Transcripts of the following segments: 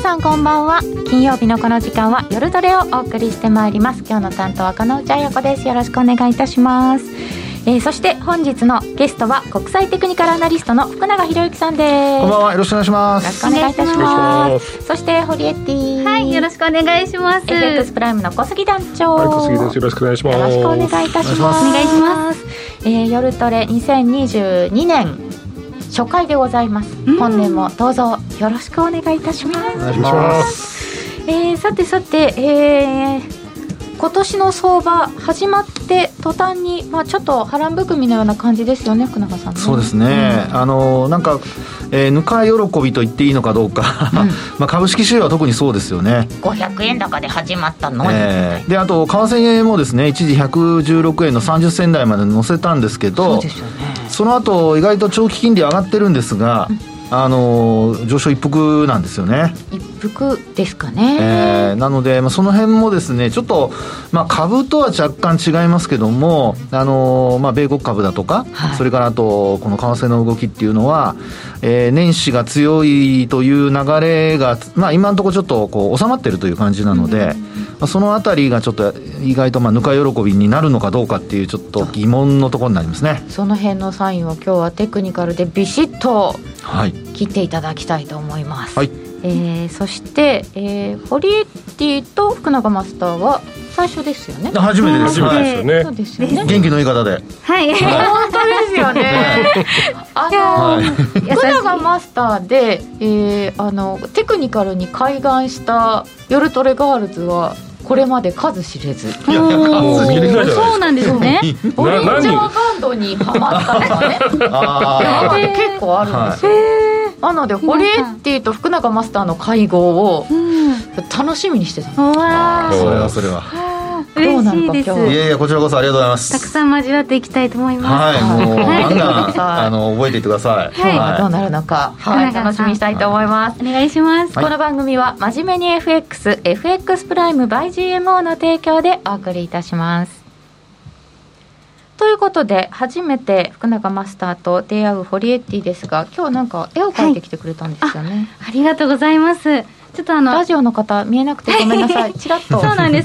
さんこんばんは。金曜日のこの時間は夜トレをお送りしてまいります。今日の担当は金内彩子です。よろしくお願いいたします。そして本日のゲストは国際テクニカルアナリストの福永博之さんです。 こんばんは、よろしくお願いします。 よろしくお願いいたします。そしてホリエッティ、 はい、よろしくお願いします。 FX プライムの小杉団長、 はい、小杉です。よろしくお願いします。 よろしくお願いいたします。 お願いします。 夜トレ2022年初回でございます。本年もどうぞよろしくお願いいたします。 お願いします。 さて、今年の相場始まって途端に、ちょっと波乱含みのような感じですよね、福永さんね。 そうですね、なんか、ぬか喜びと言っていいのかどうか、株式市場は特にそうですよね。 500円高で始まったのに、 であと為替もですね、一時116円の30銭台まで乗せたんですけど、 そうですよね。 その後意外と長期金利上がってるんですが、上昇一服なんですよね。 一服ですかね。 なので、その辺もですね、ちょっと、株とは若干違いますけども、米国株だとか、それからあとこの為替の動きっていうのは、年始が強いという流れが、今のところちょっとこう収まっているという感じなので、そのあたりがちょっと意外とぬか喜びになるのかどうかっていうちょっと疑問のところになりますね。 その辺のサインを今日はテクニカルでビシッと切っていただきたいと思います。はい。そして、ホリエッティと福永マスターは最初ですよね。 初めてです。 初めてですよね。 そうですよね。 元気の言い方で。 はい。 本当ですよね。福永マスターで、テクニカルに開眼した夜トレガールズはこれまで数知れず。 そうなんですね。 ボリンジャーバンドにハマったのがね、結構あるんですよ。なのでホリエッティと福永マスターの会合を楽しみにしてたの。 それは嬉しいです。 いやこちらこそありがとうございます。 たくさん交わっていきたいと思います。 はい、もうガンガン覚えていってください。 今日はどうなるのか、楽しみにしたいと思います。 お願いします。 この番組は真面目に FX プライム by GMO の提供でお送りいたします。ということで初めて福永マスターと出会うホリエッティですが、今日なんか絵を描いてきてくれたんですよね。 ありがとうございます。ちょっとラジオの方見えなくてごめんなさい。チラッと。 そうなんです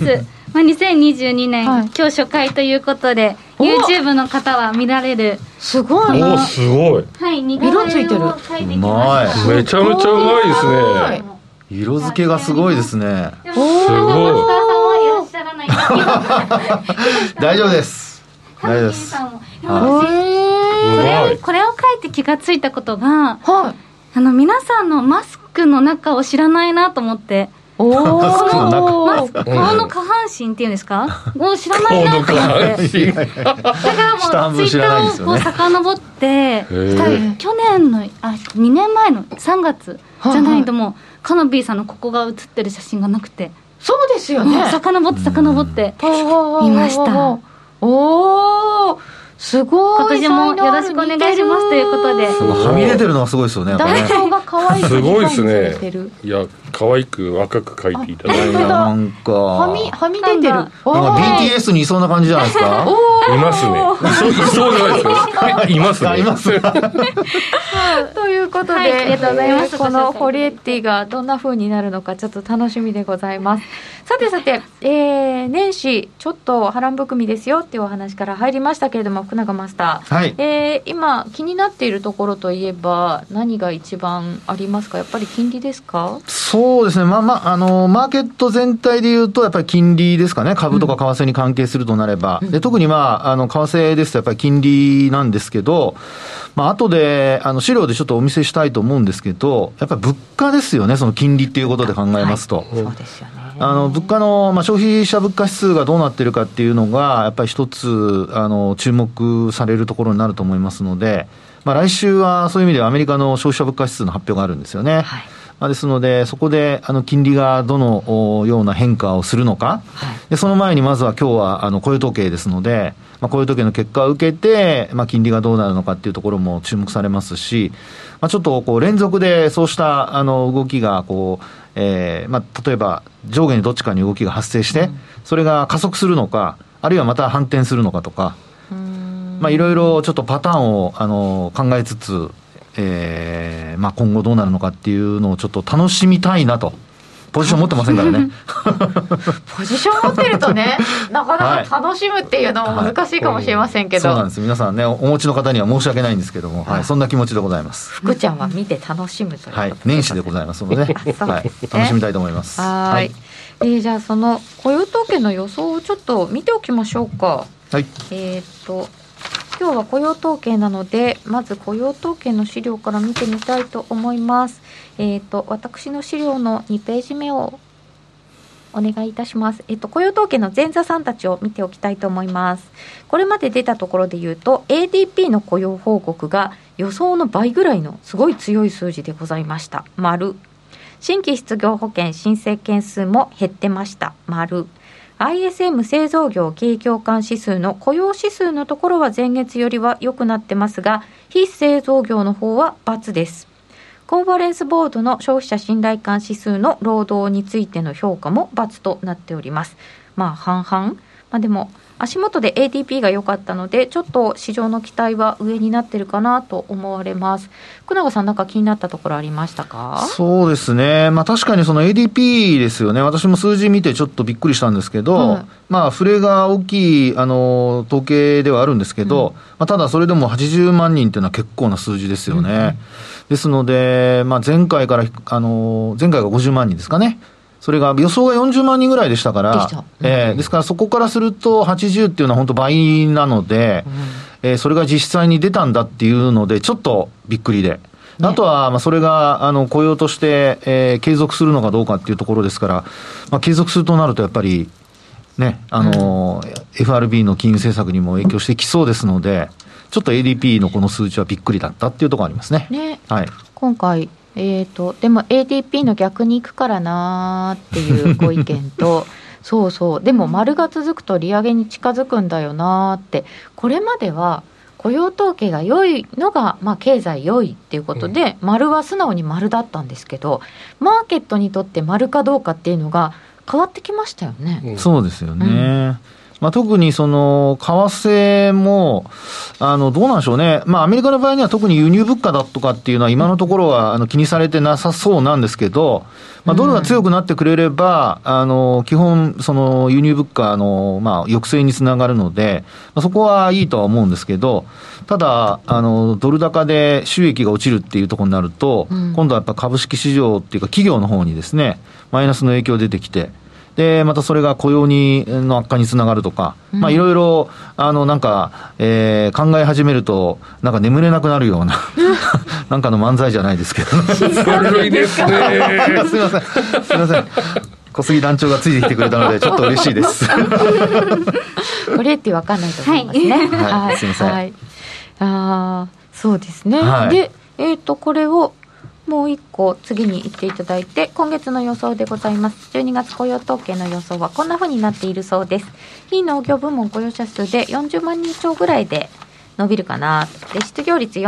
。2022年、今日初回ということで YouTube の方は見られる。 すごい。 すごい。 はい、 色ついてる。 めちゃめちゃうまいですね。 色付けがすごいですね。 すごい。マスターさんはいらっしゃらない。 大丈夫です。大丈夫です。 これを書いて気がついたことが、皆さんのマスクの中を知らないなと思って。顔の下半身っていうんですかを知らないなと思って。だからもうツイッターを遡って去年の2年前の3月じゃないと、もうカノビーさんのここが写ってる写真がなくて。 そうですよね。 遡って見ました。 おー、すごい。 今年もよろしくお願いしますということで。 はみ出てるのがすごいですよね。 団長が可愛い。 すごいですね。いや、可愛く若く描いていただいて。 なんかはみ出てる。 BTS にいそうな感じじゃないですか。 いますね。いそうじゃないですか。いますね。 います。 ということで、 ありがとうございます。 このホリエッティがどんな風になるのかちょっと楽しみでございます。さて、年始ちょっと波乱含みですよっていうお話から入りましたけれども、福永マスター、今気になっているところといえば何が一番ありますか？やっぱり金利ですか？ そうですね、マーケット全体でいうとやっぱり金利ですかね。株とか為替に関係するとなれば、で特に為替ですとやっぱり金利なんですけど、後で資料でちょっとお見せしたいと思うんですけど、やっぱり物価ですよね。その金利っていうことで考えますと、 そうですよね。 物価の、消費者物価指数がどうなっているかっていうのがやっぱり一つ注目されるところになると思いますので、来週はそういう意味ではアメリカの消費者物価指数の発表があるんですよね。ですのでそこで金利がどのような変化をするのか、でその前にまずは今日は雇用統計ですので、雇用統計の結果を受けて、金利がどうなるのかっていうところも注目されますし、ちょっと連続でそうした動きが例えば上下にどっちかに動きが発生して、それが加速するのか、あるいはまた反転するのかとか、いろいろちょっとパターンを考えつつ、今後どうなるのかっていうのをちょっと楽しみたいなとポジション持ってませんからねポジション持ってるとねなかなか楽しむっていうのも難しいかもしれませんけど、 そうなんです。皆さんねお持ちの方には申し訳ないんですけども、そんな気持ちでございます。 福ちゃんは見て楽しむということで、 年始でございますので、楽しみたいと思います。 はい、じゃあその雇用統計の予想をちょっと見ておきましょうか。 はい。 今日は雇用統計なのでまず雇用統計の資料から見てみたいと思います。私の資料の2ページ目をお願いいたします。雇用統計の前座さんたちを見ておきたいと思います。これまで出たところで言うと ADP の雇用報告が予想の倍ぐらいのすごい強い数字でございました。丸。新規失業保険申請件数も減ってました。丸。ISM 製造業景況感指数の雇用指数のところは前月よりは良くなってますが、非製造業の方は×です。コンファレンスボードの消費者信頼感指数の労働についての評価も×となっております。半々。でも足元で ADP が良かったのでちょっと市場の期待は上になってるかなと思われます。福永さん、なんか気になったところありましたか？ そうですね、確かにその ADP ですよね。私も数字見てちょっとびっくりしたんですけど、触れが大きい統計ではあるんですけど、ただそれでも80万人というのは結構な数字ですよね。ですので、前回が50万人ですかね。それが予想が40万人ぐらいでしたから、ですからそこからすると80っていうのは本当倍なので、それが実際に出たんだっていうのでちょっとびっくりで、あとはそれが雇用として、継続するのかどうかっていうところですから、継続するとなるとやっぱりね、FRB の金融政策にも影響してきそうですので、ちょっと ADP のこの数値はびっくりだったっていうところありますね。 今回でも ADP の逆に行くからなっていうご意見とでも丸が続くと利上げに近づくんだよなって。これまでは雇用統計が良いのが、経済良いっていうことで、丸は素直に丸だったんですけど、マーケットにとって丸かどうかっていうのが変わってきましたよね。 そうですよね。特にその為替もどうなんでしょうね。アメリカの場合には特に輸入物価だとかっていうのは今のところは気にされてなさそうなんですけど、ドルが強くなってくれれば基本その輸入物価の抑制につながるので、そこはいいとは思うんですけど、ただドル高で収益が落ちるっていうところになると、今度はやっぱ株式市場っていうか企業の方にですねマイナスの影響出てきて、でまたそれが雇用の悪化につながるとか、いろいろ考え始めると眠れなくなるようななんかの漫才じゃないですけど古いですねすいません小杉団長がついてきてくれたのでちょっと嬉しいですこれって分かんないと思いますね。 すいません。 そうですね。でこれをもう一個次に言っていただいて、今月の予想でございます。12月雇用統計の予想はこんな風になっているそうです。非農業部門雇用者数で40万人超ぐらいで伸びるかな。で失業率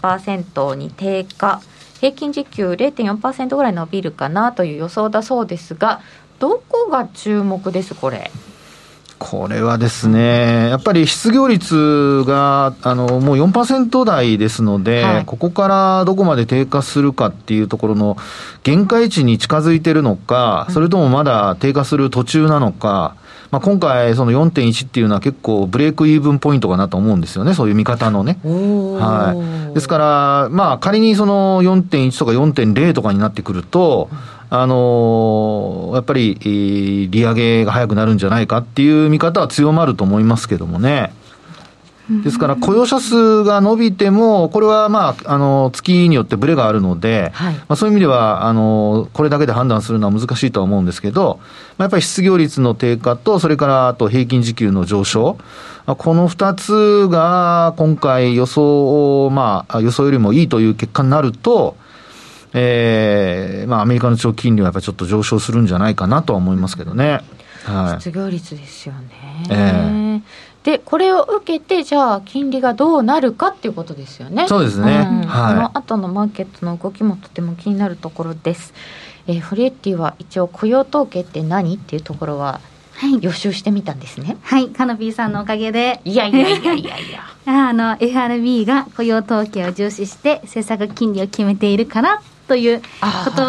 4.1% に低下、平均時給 0.4% ぐらい伸びるかなという予想だそうですが、どこが注目です？ これはですね、やっぱり失業率がもう 4% 台ですので、ここからどこまで低下するかっていうところの限界値に近づいているのか、それともまだ低下する途中なのか、今回その 4.1 っていうのは結構ブレイクイーブンポイントかなと思うんですよね、そういう見方のね。ですから仮にその 4.1 とか 4.0 とかになってくると、やっぱり利上げが早くなるんじゃないかっていう見方は強まると思いますけどもね。ですから雇用者数が伸びてもこれは月によってブレがあるので、そういう意味ではこれだけで判断するのは難しいとは思うんですけど、やっぱり失業率の低下とそれからあと平均時給の上昇、この2つが今回予想よりもいいという結果になると、アメリカの長期金利はやっぱりちょっと上昇するんじゃないかなとは思いますけどね。 失業率ですよね。でこれを受けてじゃあ金利がどうなるかっていうことですよね。 そうですね。 この後のマーケットの動きもとても気になるところです。フレッティは一応雇用統計って何っていうところは予習してみたんですね。 カノピーさんのおかげでいや FRB が雇用統計を重視して政策金利を決めているからということ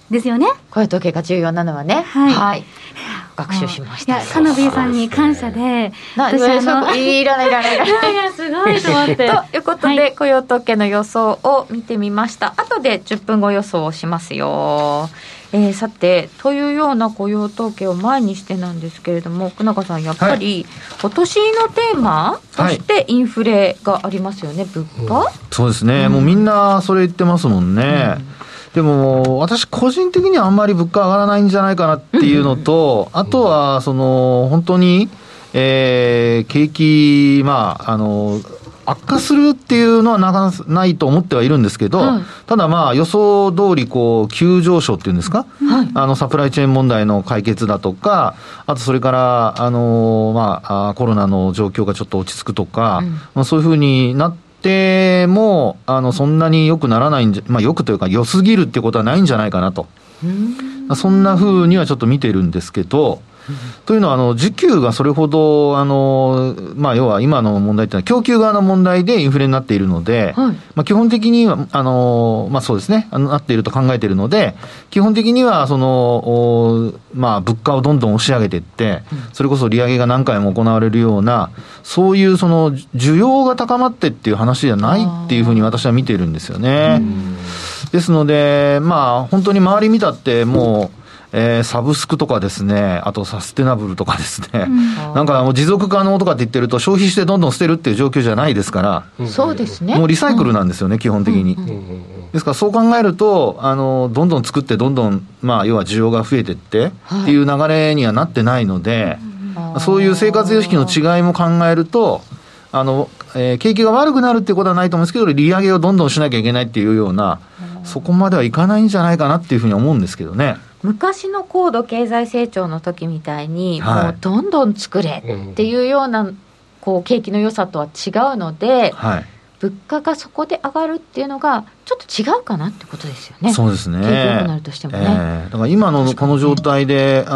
ですよね。 雇用統計が重要なのはね。 はい、 はい、学習しました。 いや、カノビーさんに感謝で、 私いらないいやすごいと思ってということで、はい、雇用統計の予想を見てみました。後で10分後予想をしますよ。さて、というような雇用統計を前にしてなんですけれども、福永さん、やっぱり、今年のテーマとしてインフレがありますよね、物価、 そうですね、もうみんなそれ言ってますもんね。でも私個人的にはあんまり物価上がらないんじゃないかなっていうのと、あとは本当に、景気、悪化するっていうのはないと思ってはいるんですけど、ただ予想通り急上昇っていうんですか、サプライチェーン問題の解決だとか、あとそれからコロナの状況がちょっと落ち着くとか、そういうふうになってもそんなに良くならない良くというか良すぎるってことはないんじゃないかなと、そんなふうにはちょっと見てるんですけど、というのは需給がそれほど要は今の問題というのは供給側の問題でインフレになっているので、基本的にはそうですね、なっていると考えているので、基本的には物価をどんどん押し上げていって、それこそ利上げが何回も行われるような、そういう需要が高まってっていう話じゃないっていうふうに私は見ているんですよね。ですので本当に周り見たってもうサブスクとかですね、あとサステナブルとかですね、なんかもう持続可能とかって言ってると消費してどんどん捨てるっていう状況じゃないですから、 そうですね、 もうリサイクルなんですよね、基本的に。ですからそう考えるとどんどん作ってどんどん要は需要が増えてってっていう流れにはなってないので、そういう生活様式の違いも考えると景気が悪くなるっていうことはないと思うんですけど、利上げをどんどんしなきゃいけないっていうような、そこまではいかないんじゃないかなっていうふうに思うんですけどね。 昔の高度経済成長の時みたいに、もうどんどん作れっていうような景気の良さとは違うので、物価がそこで上がるっていうのがちょっと違うかなってことですよね。 そうですね。 景気良くなるとしてもね。 だから今のこの状態で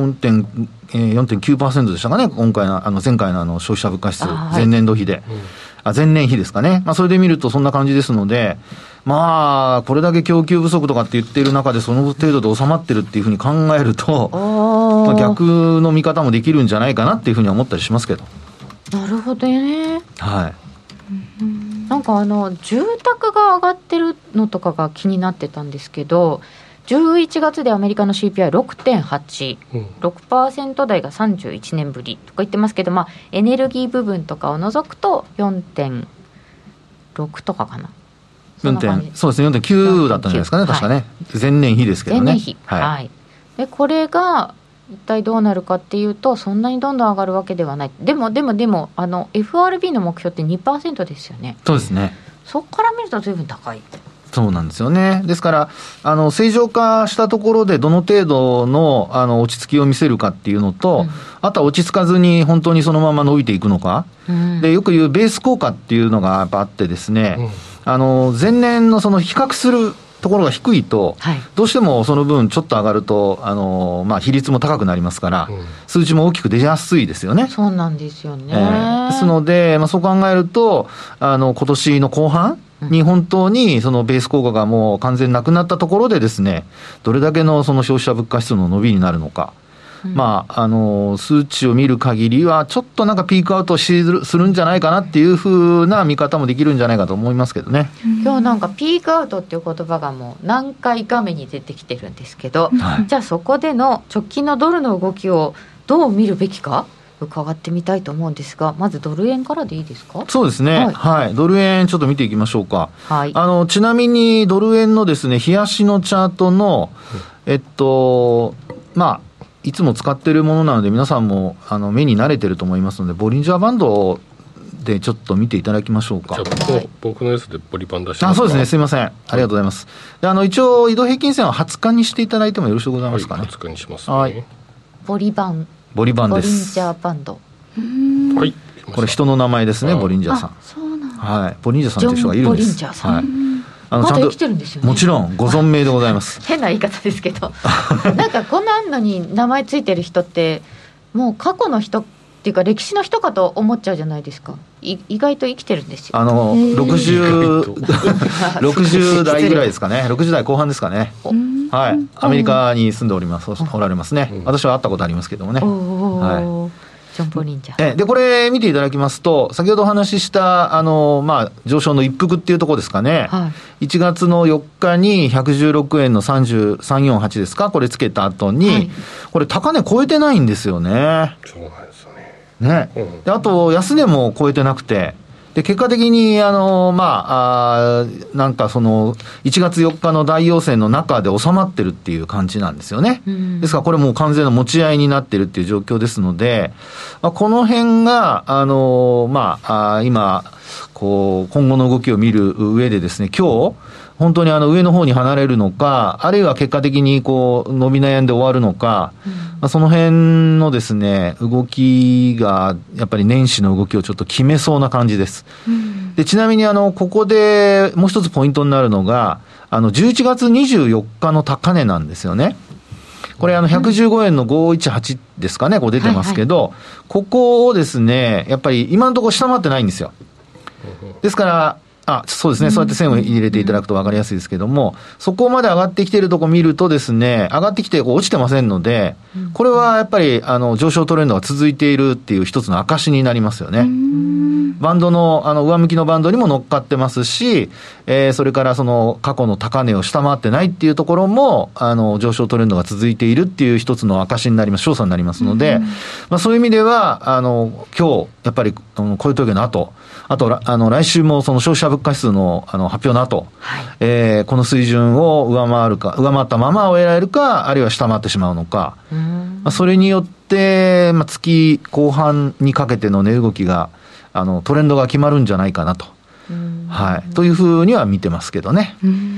4.9% でしたかね、今回の前回の消費者物価指数、前年度比で、前年比ですかね、それで見るとそんな感じですので、これだけ供給不足とかって言っている中でその程度で収まってるっていうふうに考えると、逆の見方もできるんじゃないかなっていうふうに思ったりしますけど。 なるほどね。 はい。 なんか住宅が上がってるのとかが気になってたんですけど、11月でアメリカの CPI6.8、6% 台が31年ぶりとか言ってますけど、エネルギー部分とかを除くと 4.6 とかかな。 そうですね、4.9 だったんじゃないですかね、確かね、前年比ですけどね。 前年比、でこれが一体どうなるかっていうと、そんなにどんどん上がるわけではない。でもFRB の目標って 2% ですよね。 そうですね。 そこから見ると随分高い。 そうなんですよね。ですから正常化したところでどの程度の落ち着きを見せるかっていうのと、あとは落ち着かずに本当にそのまま伸びていくのか、でよく言うベース効果っていうのがやっぱあってですね、前年のその比較するところが低いと、どうしてもその分ちょっと上がると比率も高くなりますから、数値も大きく出やすいですよね。 そうなんですよね。 ですので、そう考えると今年の後半に本当にそのベース効果がもう完全なくなったところでですね、どれだけのその消費者物価指数の伸びになるのか、数値を見る限りはちょっとなんかピークアウトするんじゃないかなっていう風な見方もできるんじゃないかと思いますけどね。 今日なんかピークアウトっていう言葉がもう何回画面に出てきてるんですけど、じゃあそこでの直近のドルの動きをどう見るべきか伺ってみたいと思うんですが、まずドル円からでいいですか。 そうですね、ドル円ちょっと見ていきましょうか。ちなみにドル円のですね、日足のチャートのいつも使っているものなので皆さんも目に慣れてると思いますので、ボリンジャーバンドでちょっと見ていただきましょうか。 じゃあ僕のやつでボリバン出してますか。 そうですね、すいません、ありがとうございます。で一応移動平均線は20日にしていただいてもよろしくございますかね。 20日にしますね。 ボリバンです。 ボリンジャーバンド。 これ人の名前ですね、ボリンジャーさん。 そうなんボリンジャーさんという人がいるんです。 ボリンジャーさん、まだ生きてるんですよね。 もちろんご存命でございます変な言い方ですけどなんかこんなのに名前ついてる人ってもう過去の人っていうか歴史の人かと思っちゃうじゃないですか。意外と生きてるんですよ。 60代ぐらいですかね。60代後半ですかね。はい、アメリカに住んでおられますね。私は会ったことありますけどもね。はい、 ジョン・ボリンジャー。 でこれ見ていただきますと、先ほどお話しした上昇の一服っていうところですかね、はい、1月の4日に116円の348ですか、これつけた後に、はい、これ高値超えてないんですよね。 そうなんですよね。 であと安値も超えてなくて、で結果的になんかその1月4日の大陽線の中で収まってるっていう感じなんですよね。ですからこれもう完全な持ち合いになってるっていう状況ですので、この辺が今こう今後の動きを見る上でですね、今日本当に上の方に離れるのか、あるいは結果的にこう伸び悩んで終わるのか、その辺のですね動きがやっぱり年始の動きをちょっと決めそうな感じです。でちなみにここでもう一つポイントになるのが11月24日の高値なんですよね。これ115円の518ですかね、こう出てますけど、はいはい、ここをですねやっぱり今のところ下回ってないんですよ。ですからそうですね、そうやって線を入れていただくと分かりやすいですけども、そこまで上がってきているところを見るとですね、上がってきて落ちてませんので、これはやっぱり上昇トレンドが続いているっていう一つの証になりますよね。バンドの上向きのバンドにも乗っかってますし、それからその過去の高値を下回ってないっていうところも上昇トレンドが続いているっていう一つの証になります、証左になりますので、そういう意味では今日やっぱりこういう時の後、あと来週もその消費者物価指数の発表の後、はい、この水準を上回ったまま終えられるか、あるいは下回ってしまうのか、それによって、月後半にかけての値動きがトレンドが決まるんじゃないかなと、はい、というふうには見てますけどね。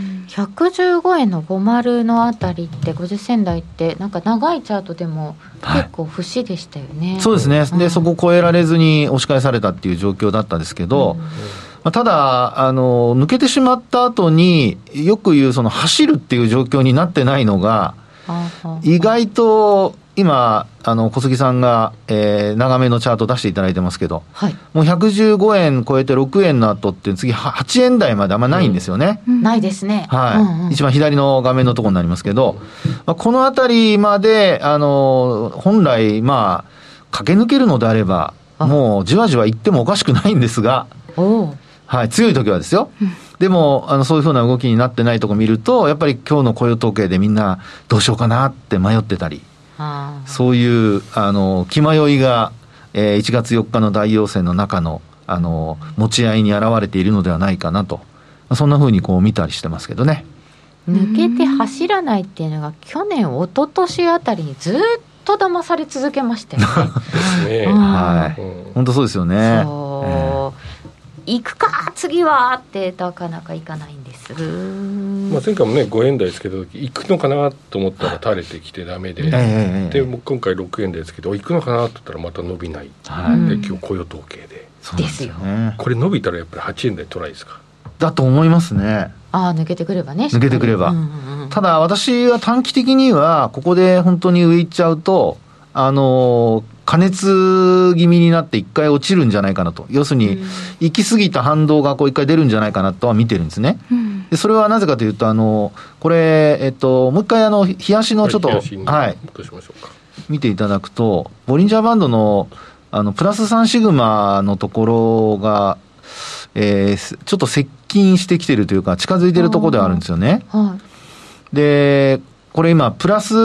115円の50のあたりって50銭台ってなんか長いチャートでも結構節でしたよね。 はい、そうですね。でそこを超えられずに押し返されたっていう状況だったんですけど、ただ抜けてしまった後によく言うその走るっていう状況になってないのが意外と今小杉さんが、長めのチャート出していただいてますけど、はい、もう115円超えて6円の後って次8円台まであんまないんですよね。 ないですね。 はい、一番左の画面のところになりますけど、このあたりまで本来駆け抜けるのであればもうじわじわいってもおかしくないんですが、はい、強い時はですよ。でもそういうふうな動きになってないところ見ると、やっぱり今日の雇用統計でみんなどうしようかなって迷ってたり、そういう気迷いが、1月4日の大陽線の中の持ち合いに現れているのではないかなと、そんなふうにこう見たりしてますけどね。 抜けて走らないっていうのが去年一昨年あたりにずっと騙され続けましたよね。 はい、本当そうですよね。 行くか次はってなかなか行かないんです。 前回もね5円台ですけど行くのかなと思ったら垂れてきてダメで、でもう今回6円台ですけど行くのかなと思ったらまた伸びない、で今日雇用統計でですよ。 これ伸びたらやっぱり8円台トライですか。 だと思いますね。 抜けてくればね。 抜けてくれば、ただ私は短期的にはここで本当に上行っちゃうと加熱気味になって一回落ちるんじゃないかなと。要するに行き過ぎた反動がこう一回出るんじゃないかなとは見てるんですね。でそれはなぜかというとこれもう一回冷やしのちょっと、見ていただくと、ボリンジャーバンドのプラス3シグマのところが、ちょっと接近してきてるというか近づいてるところではあるんですよね。でこれ今プラス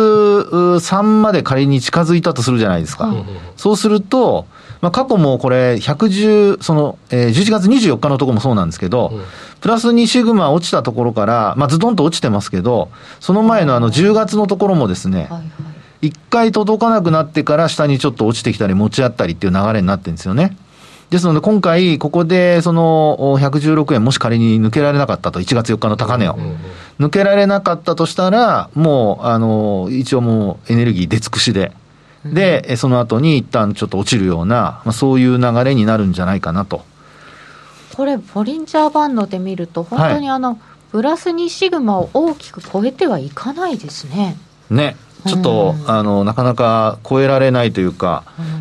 3まで仮に近づいたとするじゃないですか。そうすると、過去もこれ11月24日のところもそうなんですけど、プラス2シグマ落ちたところから、ズドンと落ちてますけど、その前の10月のところもですね、1回届かなくなってから下にちょっと落ちてきたり持ち合ったりっていう流れになってるんですよね。ですので今回ここでその116円もし仮に抜けられなかったと、1月4日の高値を抜けられなかったとしたら、もう一応もうエネルギー出尽くしで、その後に一旦ちょっと落ちるような、そういう流れになるんじゃないかなと。 これボリンジャーバンドで見ると本当にプラス2シグマを大きく超えてはいかないですね。 ね、ちょっとなかなか超えられないというか、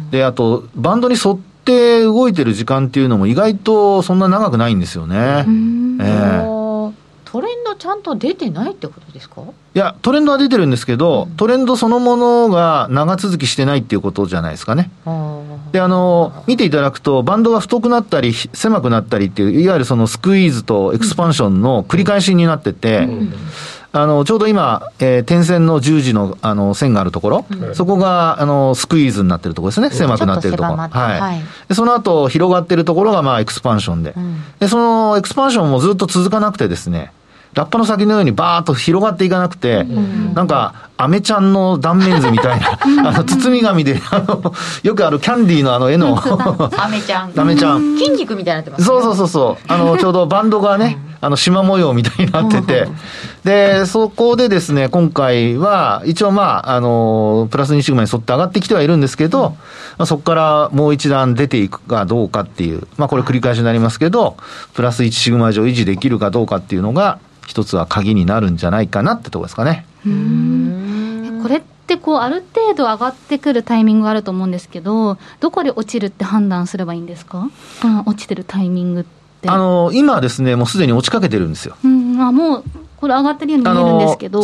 であとバンドに沿って動いてる時間っていうのも意外とそんな長くないんですよね。 トレンドちゃんと出てないってことですか？ いやトレンドは出てるんですけど、トレンドそのものが長続きしてないっていうことじゃないですかね。で見ていただくとバンドが太くなったり狭くなったりっていういわゆるそのスクイーズとエクスパンションの繰り返しになってて、ちょうど今、点線の十字の線があるところ、そこがスクイーズになってるところですね。狭くなってるところ、でその後広がってるところがエクスパンションで、でそのエクスパンションもずっと続かなくてですね、ラッパの先のようにバーッと広がっていかなくて、なんかアメちゃんの断面図みたいな包み紙でよくあるキャンディーの絵のアメちゃん筋肉みたいになってますね。 そうちょうどバンドがね縞模様みたいになってて、でそこでですね今回は一応プラス2シグマに沿って上がってきてはいるんですけど、そこからもう一段出ていくかどうかっていう、これ繰り返しになりますけど、プラス1シグマ以上維持できるかどうかっていうのが一つは鍵になるんじゃないかなってところですかね。 これってある程度上がってくるタイミングがあると思うんですけど、どこで落ちるって判断すればいいんですか？落ちてるタイミングって今ですねもうすでに落ちかけてるんですよ。 もうこれ上がってるように見えるんですけど、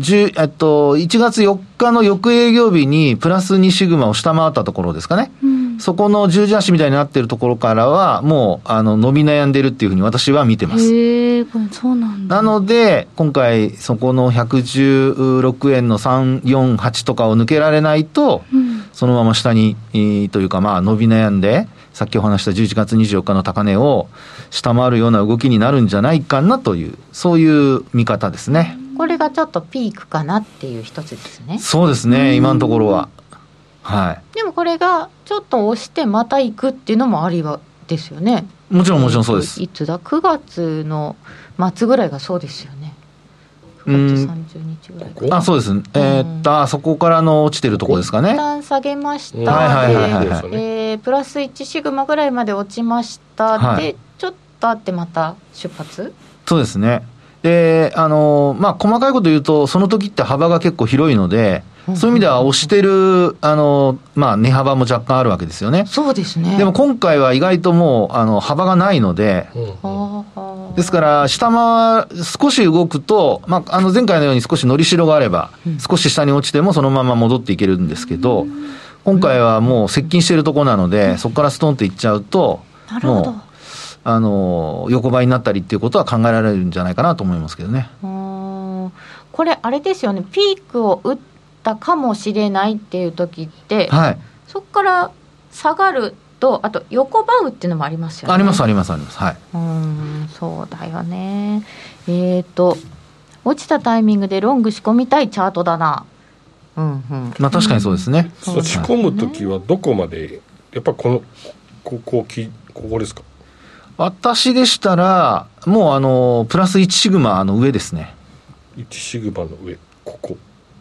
1月4日の翌営業日にプラス2シグマを下回ったところですかね、そこの十字足みたいになってるところからはもう伸び悩んでるっていうふうに私は見てます。 そうなんだ。 なので今回そこの116円の348とかを抜けられないと、そのまま下にというか伸び悩んでさっきお話した11月24日の高値を下回るような動きになるんじゃないかなという、そういう見方ですね。 これがちょっとピークかなっていう一つですね。 そうですね、今のところは。 でもこれがちょっと押してまた行くっていうのもありはですよね。 もちろんそうです。 いつだ9月の末ぐらいがそうですよね。9月30日ぐらいそうです。そこからの落ちてるところですかね。 一旦下げました。プラス1シグマぐらいまで落ちました。でちょっとあってまた出発。 そうですね。で細かいこと言うとその時って幅が結構広いので、そういう意味では押してる値幅も若干あるわけですよね。 そうですね。 でも今回は意外ともう幅がないので、ですから下少し動くと、前回のように少しのりしろがあれば、少し下に落ちてもそのまま戻っていけるんですけど、今回はもう接近しているところなので、そこからストンといっちゃうと、もう横ばいになったりっていうことは考えられるんじゃないかなと思いますけどね。 これあれですよね、ピークを打ったかもしれないっていう時って、そこから下がると、あと横ばうっていうのもありますよね。 あります。 そうだよね。落ちたタイミングでロング仕込みたいチャートだな。 確かにそうですね。 仕込む時はどこまで、やっぱここですか？ 私でしたらもうプラス1シグマの上ですね。 1シグマの上、ここ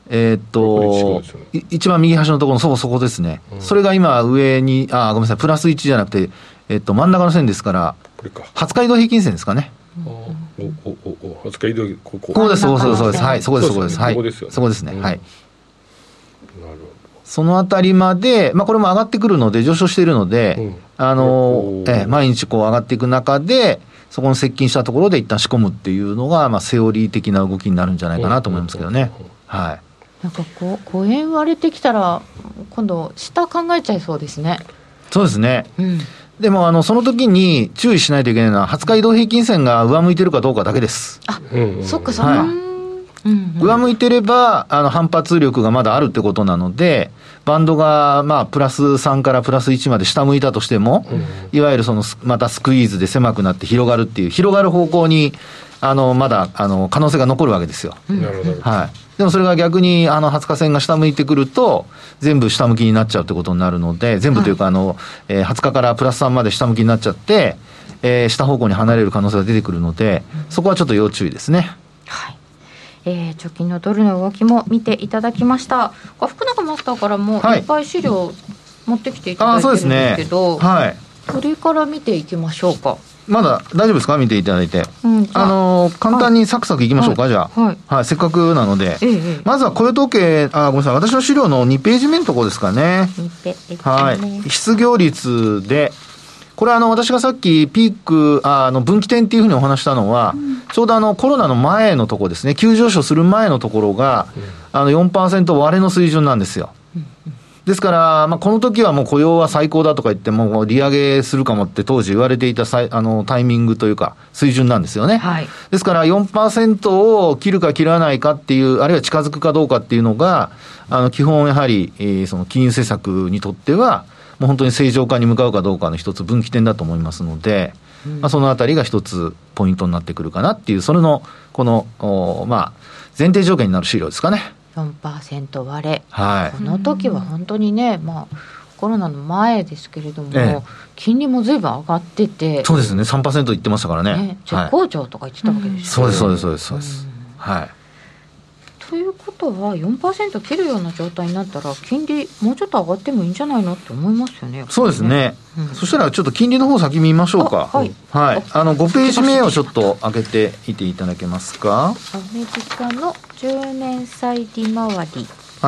一番右端のところのそこですね、それが今上にごめんなさい、プラス1じゃなくて、真ん中の線ですから、 これか 20日移動平均線ですかね。 20日移動、ここです。そうです。はい、そこです。そこですね。はい。そのあたりまで、これも上がってくるので、上昇しているので、毎日上がっていく中で、そこの接近したところで一旦仕込むっていうのが、セオリー的な動きになるんじゃないかなと思いますけどね。 なんか5円割れてきたら、今度、下考えちゃいそうですね。 そうですね。でもその時に注意しないといけないのは、20日移動平均線が上向いてるかどうかだけです。 そっか。 上向いてれば反発力がまだあるってことなので、バンドがプラス3からプラス1まで下向いたとしても、いわゆるまたスクイーズで狭くなって広がるっていう、広がる方向にまだ可能性が残るわけですよ。でもそれが逆に20日線が下向いてくると全部下向きになっちゃうってことになるので、全部というか20日からプラス3まで下向きになっちゃって、下方向に離れる可能性が出てくるので、そこはちょっと要注意ですね。 直近のドルの動きも見ていただきました。福永マスターからもいっぱい資料持ってきていただいてるんですけど、これから見ていきましょうか。 まだ大丈夫ですか、見ていただいて。簡単にサクサクいきましょうか、じゃあ、せっかくなので、まずは雇用統計、ごめんなさい、私の資料の2ページ目のところですかね。失業率で、これ私がさっきピーク、分岐点っていうふうにお話したのは、ちょうどコロナの前のところですね、急上昇する前のところが、4% 割れの水準なんですよ。ですから、この時はもう雇用は最高だとか言って、もう利上げするかもって当時言われていたタイミングというか、水準なんですよね。ですから 4% を切るか切らないかっていう、あるいは近づくかどうかっていうのが、基本やはり、その金融政策にとっては、もう本当に正常化に向かうかどうかの一つ分岐点だと思いますので、そのあたりが一つポイントになってくるかなっていう、それの、この、前提条件になる資料ですかね。 4% 割れ、この時は本当にね、コロナの前ですけれども、金利もずいぶん上がってて、 そうですね、3% いってましたからね。 絶好調とか言ってたわけですよね。そうです。 ということは 4% 切るような状態になったら金利もうちょっと上がってもいいんじゃないのって思いますよね。 そうですね、そしたらちょっと金利の方先見ましょうか。5ページ目をちょっと開けていていただけますか。 アメリカの10年債利回り、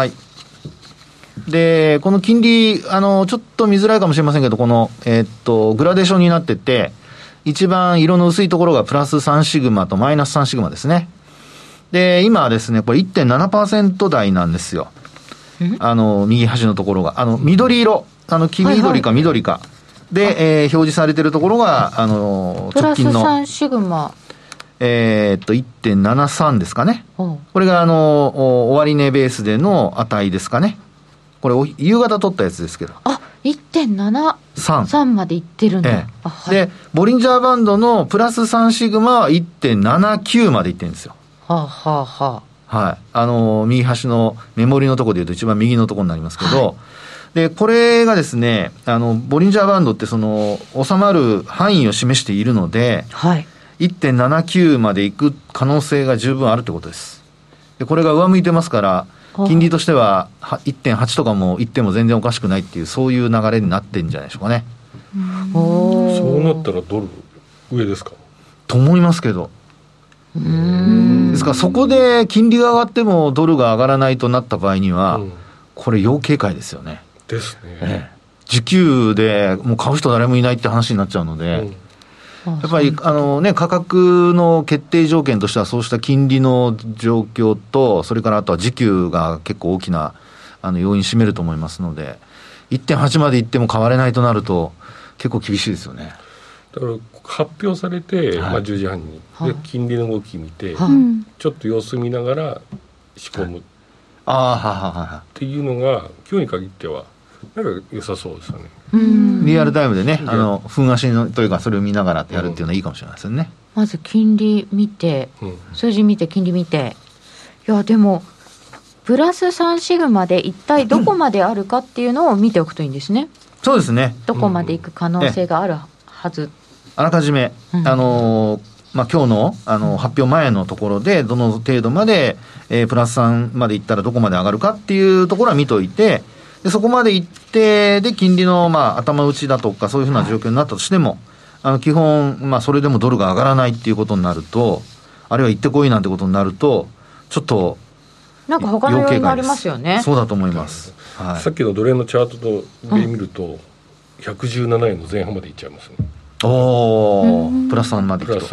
でこの金利ちょっと見づらいかもしれませんけど、この、グラデーションになってて、一番色の薄いところがプラス3シグマとマイナス3シグマですね。で今はですね、これ 1.7% 台なんですよ。右端のところが緑色、黄緑か緑かで、表示されているところが直近のプラス3シグマ 1.73 ですかね。これが終値ベースでの値ですかね。これ夕方取ったやつですけど、 1.73 までいってるんだ。 でボリンジャーバンドのプラス3シグマは 1.79 までいってるんですよ。右端のメモリのところでいうと一番右のところになりますけど、でこれがですね、ボリンジャーバンドってその収まる範囲を示しているので、1.79 までいく可能性が十分あるということです。でこれが上向いてますから、金利としては 1.8 とかもいっても全然おかしくないっていう、そういう流れになってるんじゃないでしょうかね。 そうなったらドル上ですかと思いますけど。ですからそこで金利が上がってもドルが上がらないとなった場合には、これ要警戒ですよね。 ですね。 需給でもう買う人誰もいないって話になっちゃうので、やっぱり価格の決定条件としてはそうした金利の状況と、それからあとは需給が結構大きな要因占めると思いますので、 1.8 までいっても買われないとなると結構厳しいですよね。 だから発表されて、10時半に、で金利の動き見て、ちょっと様子見ながら仕込む、っていうのが今日に限ってはなんか良さそうですよね。 リアルタイムでね、分足のというかそれを見ながらやるっていうのはいいかもしれないですよね。 まず金利見て、数字見て金利見て、いやでもプラス3シグマで一体どこまであるかっていうのを見ておくといいんですね。 そうですね。 どこまでいく可能性があるはず、 あらかじめ、今日の、発表前のところでどの程度まで、プラス3までいったらどこまで上がるかっていうところは見といて、でそこまでいってで金利の、頭打ちだとかそういうふうな状況になったとしても、基本、それでもドルが上がらないっていうことになると、あるいは行ってこいなんてことになると、ちょっとなんか他の要因がありますよね。 そうだと思います、 さっきのドル円のチャートで見ると、117円の前半までいっちゃいますね。 プラス3までいくと。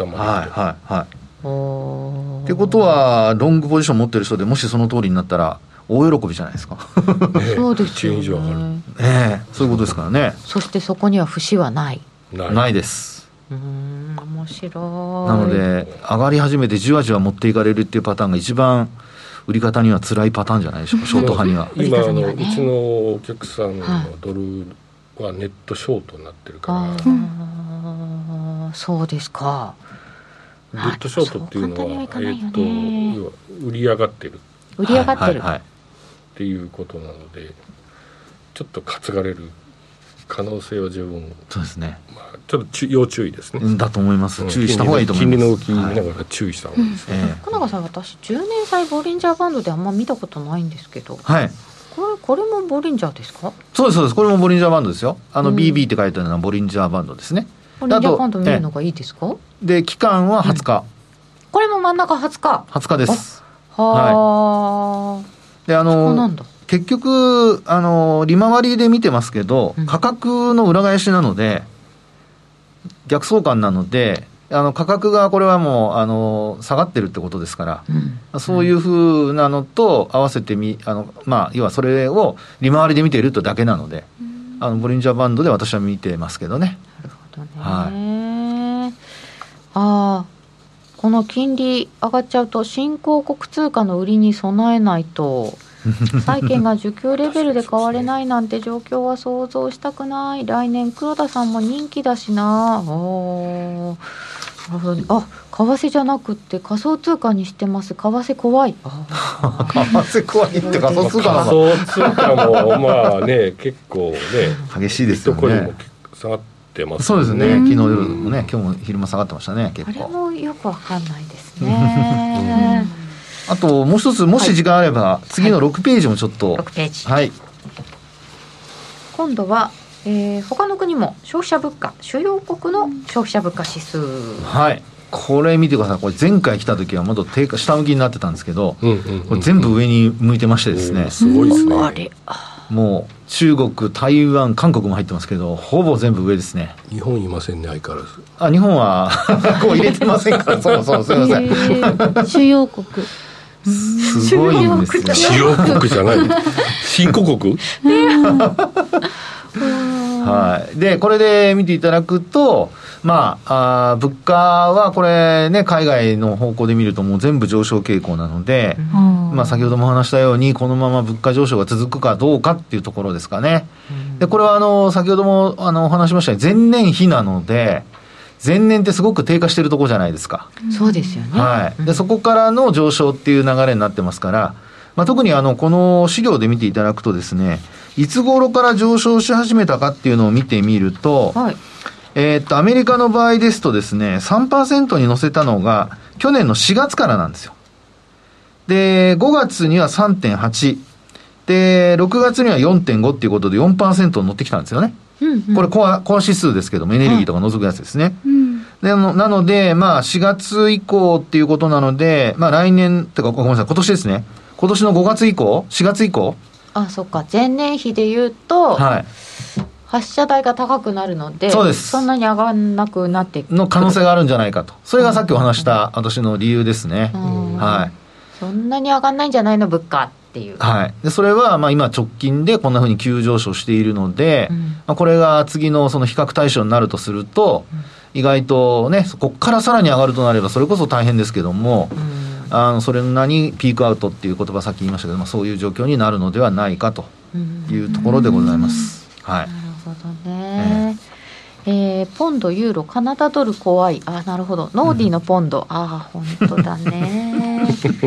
ってことはロングポジション持ってる人でもしその通りになったら大喜びじゃないですか。 そうですよね。 そういうことですからね。 そしてそこには節はないです。 面白い。 なので上がり始めてじわじわ持っていかれるっていうパターンが一番売り方には辛いパターンじゃないでしょうか、ショート派には。 今うちのお客さんのドルはネットショートになってるから、 そうですか。 ネットショートっていうのは、要は売り上がってるっていうことなので、ちょっと担がれる可能性は十分、 そうですね、 ちょっと要注意ですね。 だと思います。注意した方がいいと思います。 金利の動き見ながら注意した方がいいですね。 福永さん、私10年債ボリンジャーバンドであんま見たことないんですけど、これもボリンジャーですか？ そうです。これもボリンジャーバンドですよ。BB って書いてあるのはボリンジャーバンドですね。 これジャパンと見るのがいいですか？ で期間は20日、 これも真ん中20日です。 はい。で結局利回りで見てますけど、価格の裏返しなので逆相関なので価格がこれはもう下がってるってことですから、そういうふうなのと合わせて要はそれを利回りで見ているとだけなので、ボリンジャーバンドで私は見てますけどね。 なるほどね。はい。この金利上がっちゃうと新興国通貨の売りに備えないと債券が需給レベルで買われないなんて状況は想像したくない。来年黒田さんも人気だしな。なるほどね。為替じゃなくって仮想通貨にしてます。為替怖い。為替怖いって仮想通貨なの。 仮想通貨もまあね結構ね激しいですよね。 どこにも下がってますね。 そうですね。昨日夜もね、今日も昼間下がってましたね。結構。 あれもよくわかんないですね。 あともう一つ、もし時間あれば、次の6ページもちょっと、 6ページ、 はい、 今度は、他の国も消費者物価、主要国の消費者物価指数、 はい、これ見てください。これ前回来た時はもっと下向きになってたんですけど、これ全部上に向いてましてですね、 すごいですね。 あれもう中国、台湾、韓国も入ってますけど、ほぼ全部上ですね。 日本いませんね、相変わらず。 日本はこう入れてませんからそうすいません。 主要国すごいんですよ。 主要国じゃない新興国はい。でこれで見ていただくと、物価はこれね、海外の方向で見るともう全部上昇傾向なので、先ほども話したようにこのまま物価上昇が続くかどうかっていうところですかね。でこれは先ほどもお話しましたように前年比なので、前年ってすごく低下してるところじゃないですか。 そうですよね。 はい。でそこからの上昇っていう流れになってますから、特にこの資料で見ていただくとですね、いつ頃から上昇し始めたかっていうのを見てみると、 はい、 アメリカの場合ですとですね、3% に乗せたのが去年の4月からなんですよ。で5月には 3.8 で6月には 4.5 っていうことで 4% 乗ってきたんですよね。これコア指数ですけども、エネルギーとか除くやつですね。でなので、4月以降っていうことなので、来年ってかごめんなさい、今年ですね。今年の5月以降、4月以降。 そっか、前年比で言うと、発射台が高くなるので、 そうです。 そんなに上がらなくなってくるの可能性があるんじゃないかと。それがさっきお話した私の理由ですね。はい。 そんなに上がらないんじゃないの物価っていう。 はい。でそれは今直近でこんなふうに急上昇しているので、これが次のその比較対象になるとすると、意外とね、ここからさらに上がるとなればそれこそ大変ですけども、それなりにピークアウトっていう言葉さっき言いましたけど、そういう状況になるのではないかというところでございます。はい。 なるほどね。ポンド、ユーロ、カナダドル怖い。なるほど。ノーディーのポンド。本当だね。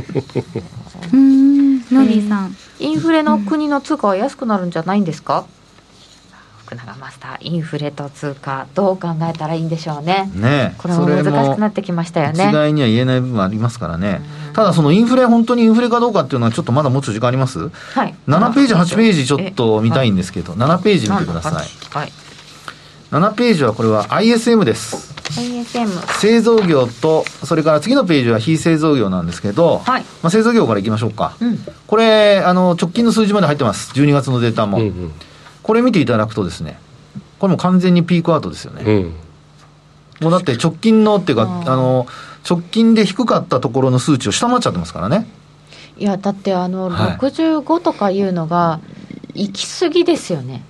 ノディさん。 インフレの国の通貨は安くなるんじゃないんですか？福永マスター、インフレと通貨どう考えたらいいんでしょうね。これも難しくなってきましたよね。 一概には言えない部分ありますからね。ただそのインフレ、本当にインフレかどうかっていうのはちょっとまだもうちょっと時間あります？ はい。 7ページ8ページちょっと見たいんですけど、7ページ見てください。 はい。 7ページはこれは ISM です。 ISM。 製造業と、それから次のページは非製造業なんですけど、製造業からいきましょうか。これ直近の数字まで入ってます。12月のデータも。これ見ていただくとですね、これも完全にピークアウトですよね。もうだって直近のっていうか直近で低かったところの数値を下回っちゃってますからね。 いやだって65とかいうのが行き過ぎですよね。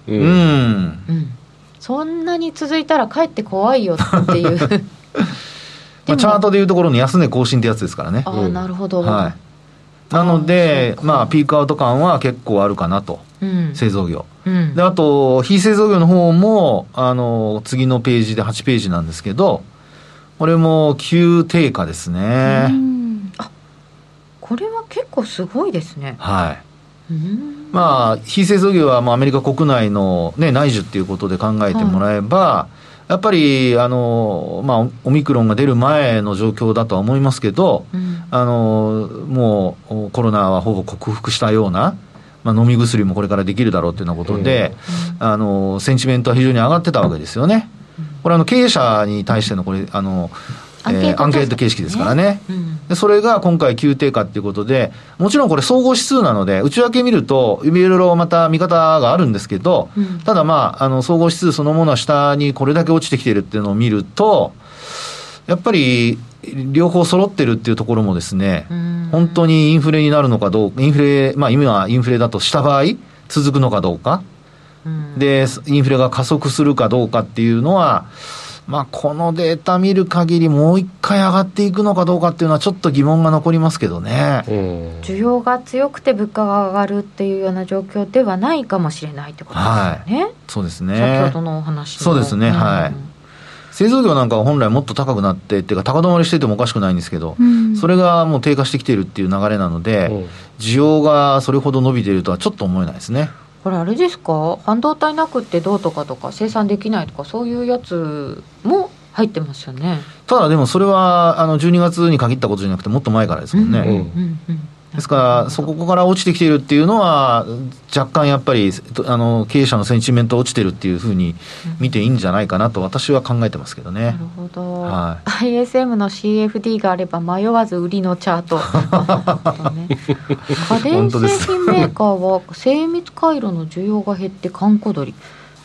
そんなに続いたらかえって怖いよっていうチャートでいうところの安値更新ってやつですからね。 なるほど。 なのでピークアウト感は結構あるかなと、製造業、であと非製造業の方も次のページで8ページなんですけど、これも急低下ですね。 これは結構すごいですね。 はい。非製造業はアメリカ国内の、内需っていうことで考えてもらえば、やっぱりオミクロンが出る前の状況だとは思いますけど、もうコロナはほぼ克服したような、飲み薬もこれからできるだろうというようなことで、センチメントは非常に上がってたわけですよね。 これ経営者に対してのこれアンケート形式ですからね、でそれが今回急低下っていうことで、もちろんこれ総合指数なので内訳見るといろいろまた見方があるんですけど、ただ総合指数そのものは下にこれだけ落ちてきているっていうのを見ると、やっぱり両方揃ってるっていうところもですね、本当にインフレになるのかどうか、今はインフレだとした場合続くのかどうか、でインフレが加速するかどうかっていうのは、このデータ見る限りもう一回上がっていくのかどうかっていうのはちょっと疑問が残りますけどね。 需要が強くて物価が上がるっていうような状況ではないかもしれないってことですよね。 そうですね。 先ほどのお話の。 そうですね。製造業なんかは本来もっと高くなってっていうか高止まりしててもおかしくないんですけど、それがもう低下してきているっていう流れなので、需要がそれほど伸びているとはちょっと思えないですね。 これあれですか、半導体なくってどうとか生産できないとかそういうやつも入ってますよね。 ただでもそれは12月に限ったことじゃなくてもっと前からですもんね。ですからそこから落ちてきているっていうのは若干やっぱり経営者のセンチメント落ちてるっていうふうに見ていいんじゃないかなと私は考えてますけどね。 なるほど、ISM の CFD があれば迷わず売りのチャート家電製品メーカーは精密回路の需要が減って閑古鳥。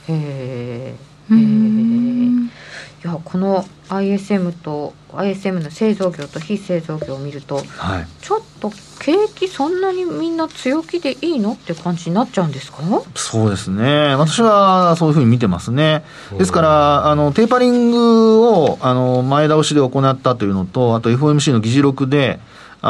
いやこの ISM の製造業と非製造業を見ると、ちょっと景気そんなにみんな強気でいいのって感じになっちゃうんですか？ そうですね、私はそういうふうに見てますね。ですからテーパリングを前倒しで行ったというのと、あと FOMC の議事録で